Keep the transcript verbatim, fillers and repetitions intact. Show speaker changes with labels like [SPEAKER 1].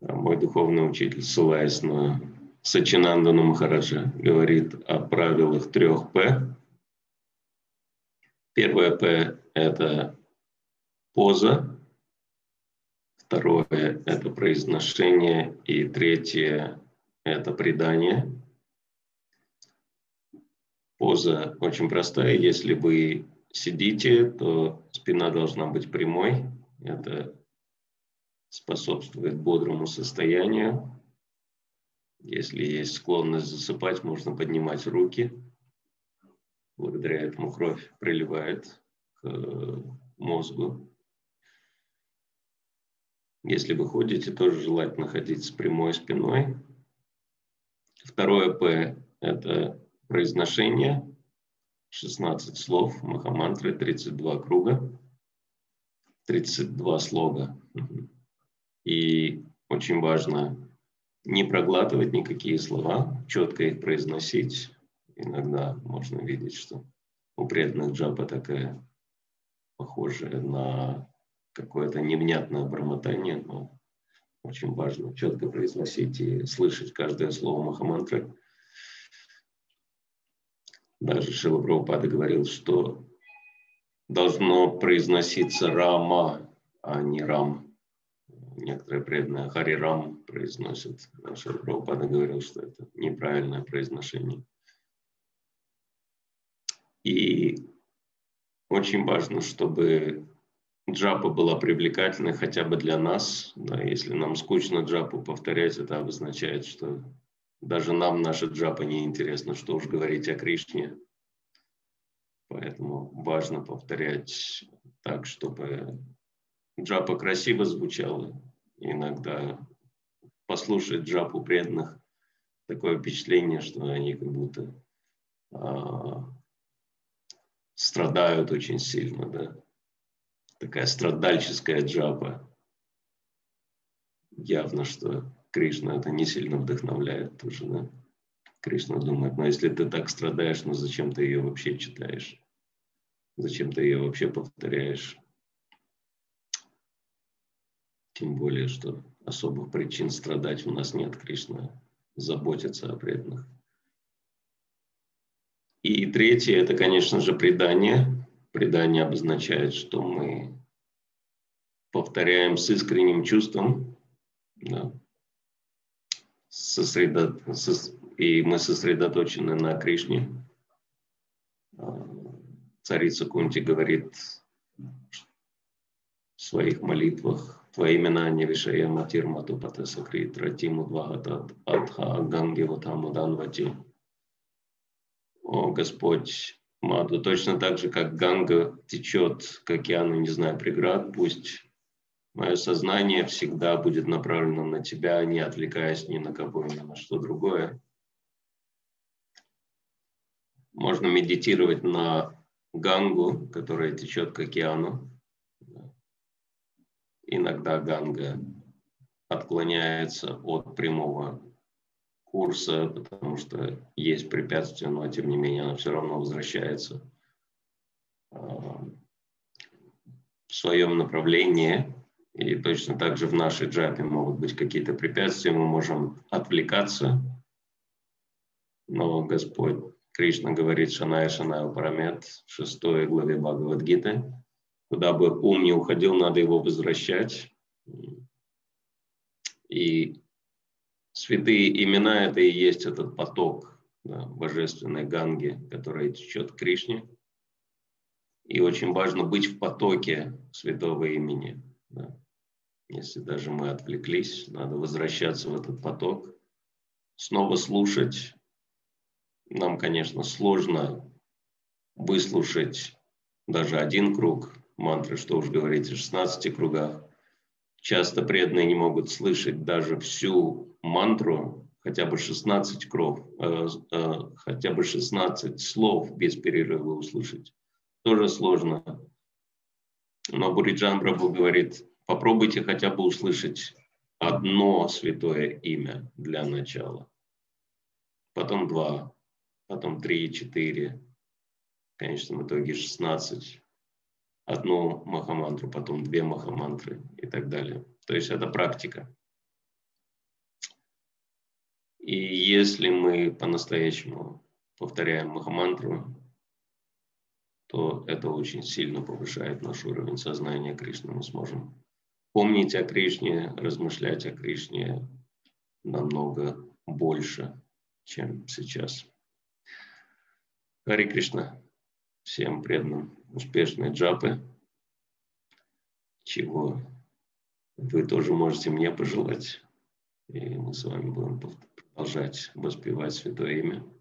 [SPEAKER 1] Мой духовный учитель, ссылаясь на Сачинандану Махараджа, говорит о правилах трех П. Первое П – это поза, второе – это произношение, и третье – это предание. Поза очень простая. Если вы сидите, то спина должна быть прямой. Это способствует бодрому состоянию. Если есть склонность засыпать, можно поднимать руки. Благодаря этому кровь приливает к мозгу. Если вы ходите, тоже желательно ходить с прямой спиной. Второе П – это произношение. шестнадцать слов Махамантры, тридцать два круга, тридцать два слога. И очень важно не проглатывать никакие слова, четко их произносить. Иногда можно видеть, что у преданных джапа такая похожая на какое-то невнятное бормотание, но очень важно четко произносить и слышать каждое слово Махамантры. Даже Шрила Прабхупада говорил, что должно произноситься Рама, а не Рам. Некоторые преданные Хари Рам произносят. Шрила Прабхупада говорил, что это неправильное произношение. И очень важно, чтобы джапа была привлекательной хотя бы для нас. Да, если нам скучно джапу повторять, это обозначает, что даже нам наша джапа не интересна, что уж говорить о Кришне. Поэтому важно повторять так, чтобы джапа красиво звучала. Иногда послушать джапу преданных, такое впечатление, что они как будто а, страдают очень сильно, да. Такая страдальческая джапа. Явно, что Кришна это не сильно вдохновляет тоже, да. Кришна думает, ну если ты так страдаешь, ну зачем ты ее вообще читаешь? Зачем ты ее вообще повторяешь? Тем более, что особых причин страдать у нас нет. Кришна заботится о преданных. И третье, это, конечно же, предание. Предание обозначает, что мы повторяем с искренним чувством, да, сосредо... сос... и мы сосредоточены на Кришне. Царица Кунти говорит в своих молитвах: «Твои имена не вишая матир матупата сакрит ратиму двагатат адха ганги ватамуданвати». О Господь, Маду, точно так же, как Ганга течет к океану, не зная преград, пусть мое сознание всегда будет направлено на Тебя, не отвлекаясь ни на кого, ни на что другое. Можно медитировать на Гангу, которая течет к океану. Иногда Ганга отклоняется от прямого курса, потому что есть препятствия, но тем не менее она все равно возвращается в своем направлении. И точно так же в нашей джапе могут быть какие-то препятствия, мы можем отвлекаться. Но Господь Кришна говорит Шаная Шаная Парамет в шестой главе Бхагавад-гиты: куда бы ум не уходил, надо его возвращать. И святые имена — это и есть этот поток, да, божественной Ганги, которая течет к Кришне. И очень важно быть в потоке святого имени. Да. Если даже мы отвлеклись, надо возвращаться в этот поток, снова слушать. Нам, конечно, сложно выслушать даже один круг мантры, что уж говорить о шестнадцати кругах. Часто преданные не могут слышать даже всю мантру, хотя бы шестнадцать кров, э, э, хотя бы шестнадцать слов без перерыва услышать. Тоже сложно. Но Буриджан Прабху говорит: попробуйте хотя бы услышать одно святое имя для начала. Потом два, потом три, четыре, в конечном итоге шестнадцать. Одну махамантру, потом две махамантры и так далее. То есть это практика. И если мы по-настоящему повторяем Махамантру, то это очень сильно повышает наш уровень сознания Кришны. Мы сможем помнить о Кришне, размышлять о Кришне намного больше, чем сейчас. Харе Кришна. Всем преданным успешной джапы, чего вы тоже можете мне пожелать. И мы с вами будем продолжать воспевать Святое Имя.